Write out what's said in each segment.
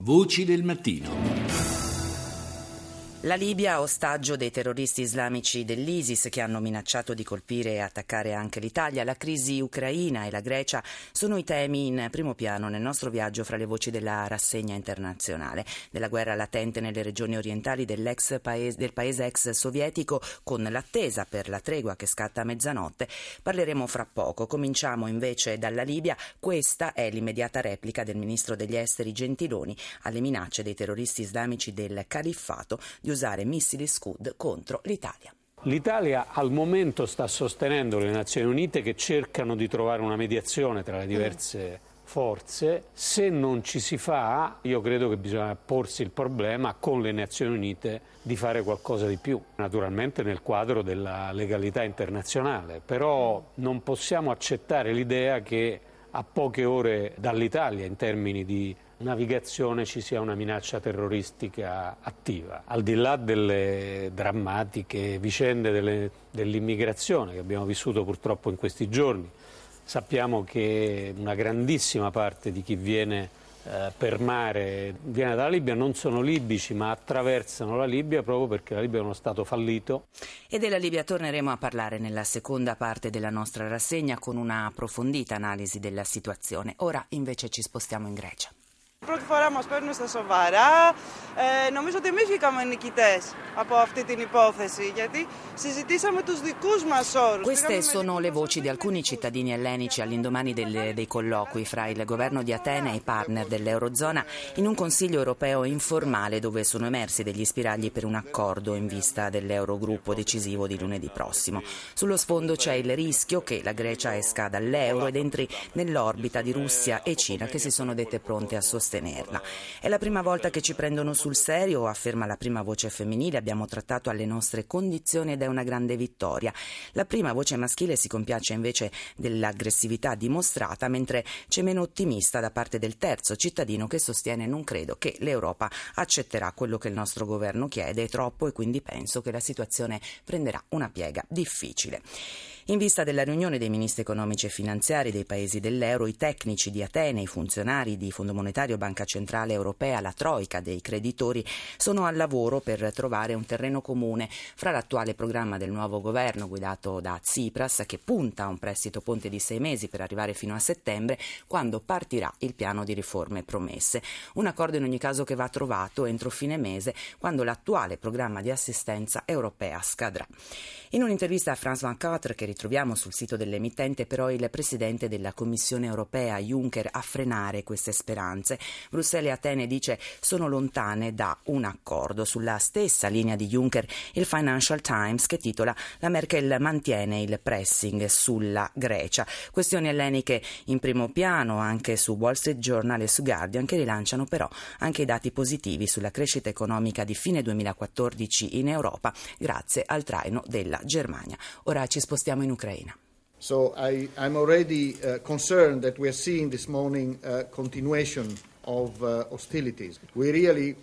Voci del mattino. La Libia, ostaggio dei terroristi islamici dell'ISIS che hanno minacciato di colpire e attaccare anche l'Italia, la crisi ucraina e la Grecia sono i temi in primo piano nel nostro viaggio fra le voci della rassegna internazionale. Della guerra latente nelle regioni orientali del paese ex sovietico, con l'attesa per la tregua che scatta a mezzanotte, parleremo fra poco. Cominciamo invece dalla Libia. Questa è l'immediata replica del ministro degli esteri Gentiloni alle minacce dei terroristi islamici del califfato di usare missili Scud contro l'Italia. L'Italia al momento sta sostenendo le Nazioni Unite che cercano di trovare una mediazione tra le diverse forze. Se non ci si fa, io credo che bisogna porsi il problema con le Nazioni Unite di fare qualcosa di più, naturalmente nel quadro della legalità internazionale, però non possiamo accettare l'idea che a poche ore dall'Italia in termini di navigazione ci sia una minaccia terroristica attiva. Al di là delle drammatiche vicende dell'immigrazione che abbiamo vissuto purtroppo in questi giorni, sappiamo che una grandissima parte di chi viene per mare viene dalla Libia, non sono libici ma attraversano la Libia proprio perché la Libia è uno Stato fallito. E della Libia torneremo a parlare nella seconda parte della nostra rassegna con una approfondita analisi della situazione. Ora invece ci spostiamo in Grecia. Πρώτη φορά μας παίρνουν στα σοβαρά. Νομίζω ότι εμείς βγήκαμε νικητές από αυτή την υπόθεση, γιατί συζητήσαμε τους δικούς μας όρους. Queste sono le voci di alcuni cittadini ellenici all'indomani dei colloqui fra il governo di Atene e i partner dell'Eurozona in un Consiglio europeo informale dove sono emersi degli spiragli per un accordo in vista dell'Eurogruppo decisivo di lunedì prossimo. Sullo sfondo c'è il rischio che la Grecia esca dall'euro ed entri nell'orbita di Russia e Cina che si sono dette pronte a sostenerla. È la prima volta che ci prendono sul serio, afferma la prima voce femminile. Abbiamo trattato alle nostre condizioni ed è una grande vittoria. La prima voce maschile si compiace invece dell'aggressività dimostrata, mentre c'è meno ottimista da parte del terzo cittadino che sostiene: non credo che l'Europa accetterà quello che il nostro governo chiede, è troppo e quindi penso che la situazione prenderà una piega difficile. In vista della riunione dei ministri economici e finanziari dei paesi dell'euro, i tecnici di Atene, i funzionari di Fondo Monetario, Banca Centrale Europea, la troica dei creditori sono al lavoro per trovare un terreno comune fra l'attuale programma del nuovo governo guidato da Tsipras, che punta a un prestito ponte di 6 mesi per arrivare fino a settembre, quando partirà il piano di riforme promesse. Un accordo in ogni caso che va trovato entro fine mese, quando l'attuale programma di assistenza europea scadrà. In un'intervista a France 24 che ritroviamo sul sito dell'emittente, però, il presidente della Commissione europea Juncker a frenare queste speranze. Bruxelles e Atene, dice, sono lontane da un accordo. Sulla stessa linea di Juncker il Financial Times, che titola: la Merkel mantiene il pressing sulla Grecia. Questioni elleniche in primo piano anche su Wall Street Journal e su Guardian, che rilanciano però anche i dati positivi sulla crescita economica di fine 2014 in Europa grazie al traino della Germania. Ora ci spostiamo in Ucraina. So I'm already concerned that we are seeing this morning continuation of hostilities. We really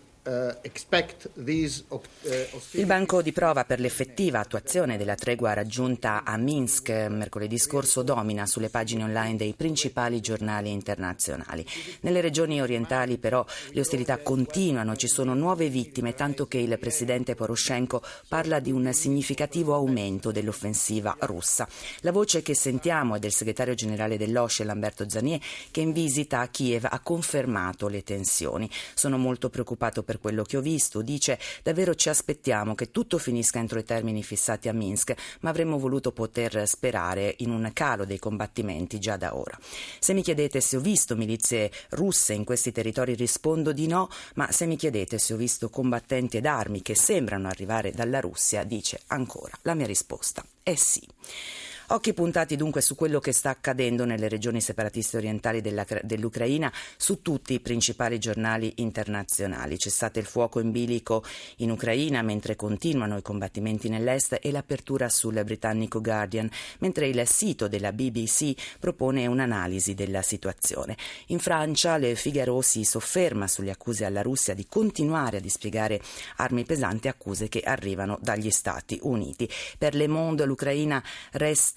expect these hostilities. Il banco di prova per l'effettiva attuazione della tregua raggiunta a Minsk mercoledì scorso domina sulle pagine online dei principali giornali internazionali. Nelle regioni orientali però le ostilità continuano, ci sono nuove vittime, tanto che il presidente Poroshenko parla di un significativo aumento dell'offensiva russa. La voce che sentiamo è del segretario generale dell'OSCE Lamberto Zannier, che in visita a Kiev ha confermato le tensioni. Sono molto preoccupato per quello che ho visto, dice, davvero ci aspettiamo che tutto finisca entro i termini fissati a Minsk, ma avremmo voluto poter sperare in un calo dei combattimenti già da ora. Se mi chiedete se ho visto milizie russe in questi territori rispondo di no, ma se mi chiedete se ho visto combattenti ed armi che sembrano arrivare dalla Russia, dice ancora, la mia risposta è sì. Occhi puntati dunque su quello che sta accadendo nelle regioni separatiste orientali dell'Ucraina su tutti i principali giornali internazionali. Cessate il fuoco in bilico in Ucraina mentre continuano i combattimenti nell'est e l'apertura sul britannico Guardian, mentre il sito della BBC propone un'analisi della situazione. In Francia Le Figaro si sofferma sulle accuse alla Russia di continuare a dispiegare armi pesanti, accuse che arrivano dagli Stati Uniti. Per Le Monde l'Ucraina resta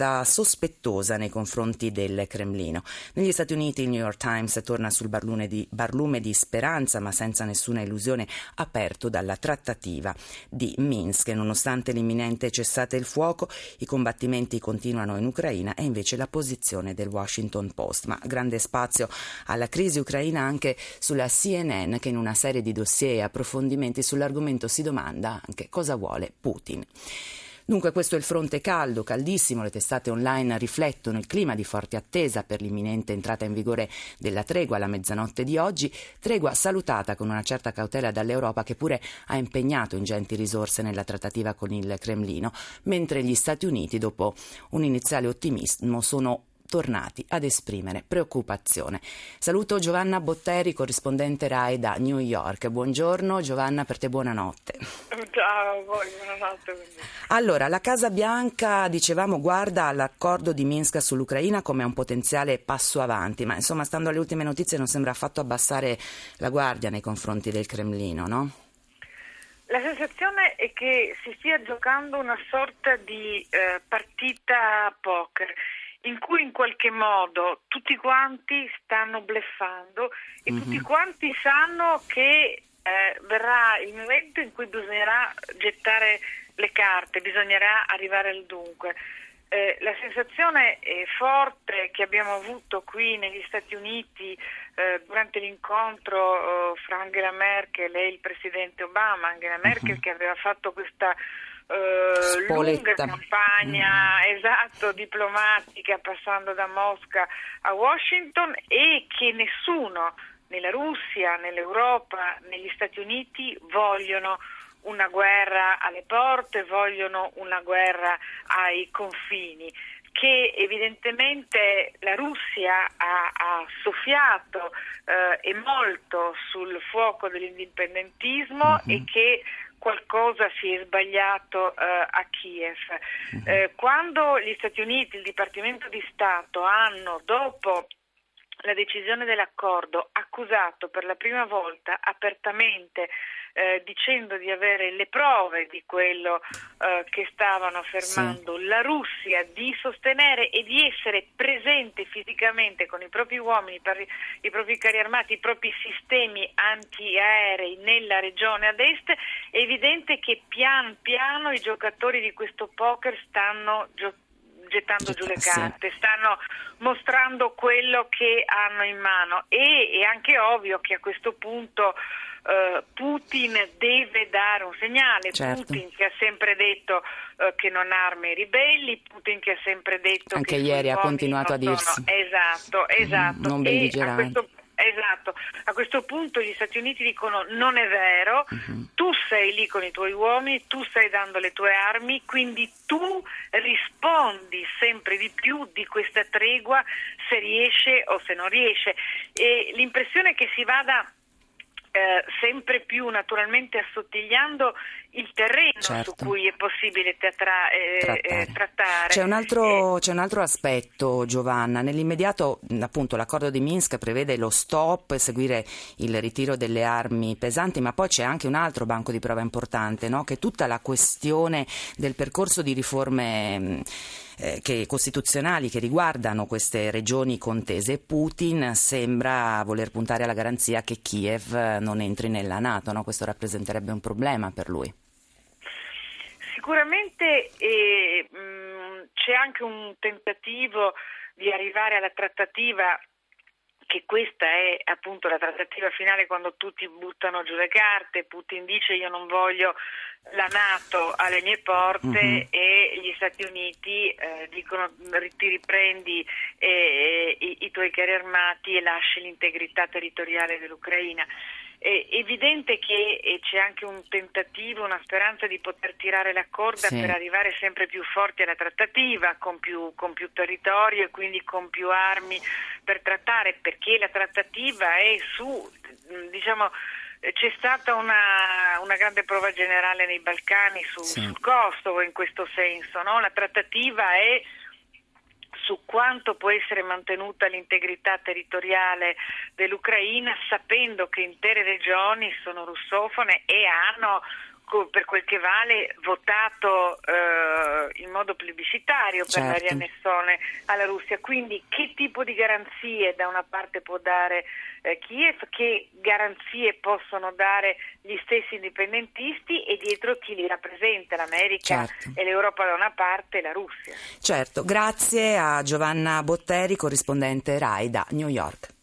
resta sospettosa nei confronti del Cremlino. Negli Stati Uniti il New York Times torna sul barlume di speranza, ma senza nessuna illusione, aperto dalla trattativa di Minsk. Nonostante l'imminente cessate il fuoco, i combattimenti continuano in Ucraina, e invece la posizione del Washington Post. Ma grande spazio alla crisi ucraina anche sulla CNN, che in una serie di dossier e approfondimenti sull'argomento si domanda anche cosa vuole Putin. Dunque questo è il fronte caldo, caldissimo. Le testate online riflettono il clima di forte attesa per l'imminente entrata in vigore della tregua alla mezzanotte di oggi, tregua salutata con una certa cautela dall'Europa, che pure ha impegnato ingenti risorse nella trattativa con il Cremlino, mentre gli Stati Uniti, dopo un iniziale ottimismo, sono tornati ad esprimere preoccupazione. Saluto Giovanna Botteri, corrispondente RAI da New York. Buongiorno Giovanna, per te buonanotte. Ciao a voi, buonanotte. Allora, la Casa Bianca, dicevamo, guarda all'accordo di Minsk sull'Ucraina come a un potenziale passo avanti, ma insomma, stando alle ultime notizie, non sembra affatto abbassare la guardia nei confronti del Cremlino, no? La sensazione è che si stia giocando una sorta di partita poker, in cui in qualche modo tutti quanti stanno bluffando e tutti quanti sanno che verrà il momento in cui bisognerà gettare le carte, bisognerà arrivare al dunque. La sensazione forte che abbiamo avuto qui negli Stati Uniti durante l'incontro fra Angela Merkel e il presidente Obama, Angela Merkel che aveva fatto questa lunga campagna diplomatica, passando da Mosca a Washington, e che nessuno nella Russia, nell'Europa, negli Stati Uniti vogliono una guerra alle porte, vogliono una guerra ai confini, che evidentemente la Russia ha soffiato e molto sul fuoco dell'indipendentismo e che qualcosa si è sbagliato a Kiev. Quando gli Stati Uniti, il Dipartimento di Stato, hanno, dopo la decisione dell'accordo, accusato per la prima volta apertamente, dicendo di avere le prove di quello che stavano affermando la Russia, di sostenere e di essere presente fisicamente con i propri uomini, i propri carri armati, i propri sistemi antiaerei nella regione ad est, è evidente che pian piano i giocatori di questo poker stanno gettando giù le carte, stanno mostrando quello che hanno in mano, e è anche ovvio che a questo punto Putin deve dare un segnale. Putin che ha sempre detto che non arma i ribelli, Putin che ha sempre detto anche che ieri ha continuato a dirsi esatto non belligeranti. A questo punto gli Stati Uniti dicono: non è vero, tu sei lì con i tuoi uomini, tu stai dando le tue armi, quindi tu rispondi sempre di più di questa tregua, se riesce o se non riesce. E l'impressione è che si vada sempre più naturalmente assottigliando il terreno su cui è possibile trattare. C'è un altro aspetto, Giovanna. Nell'immediato, appunto, l'accordo di Minsk prevede lo stop, seguire il ritiro delle armi pesanti, ma poi c'è anche un altro banco di prova importante, no? Che è tutta la questione del percorso di riforme costituzionali che riguardano queste regioni contese. Putin sembra voler puntare alla garanzia che Kiev non entri nella NATO, no? Questo rappresenterebbe un problema per lui. Sicuramente c'è anche un tentativo di arrivare alla trattativa, che questa è appunto la trattativa finale, quando tutti buttano giù le carte. Putin dice: io non voglio la NATO alle mie porte, e gli Stati Uniti dicono: ti riprendi i tuoi carri armati e lasci l'integrità territoriale dell'Ucraina. È evidente che c'è anche un tentativo, una speranza di poter tirare la corda per arrivare sempre più forti alla trattativa, con più territorio e quindi con più armi per trattare, perché la trattativa è c'è stata una grande prova generale nei Balcani sul Kosovo, in questo senso, no? La trattativa è su quanto può essere mantenuta l'integrità territoriale dell'Ucraina, sapendo che intere regioni sono russofone e hanno per quel che vale, votato in modo plebiscitario per la riannessione alla Russia. Quindi che tipo di garanzie da una parte può dare Kiev, che garanzie possono dare gli stessi indipendentisti e dietro chi li rappresenta, l'America e l'Europa da una parte e la Russia. Certo, grazie a Giovanna Botteri, corrispondente RAI da New York.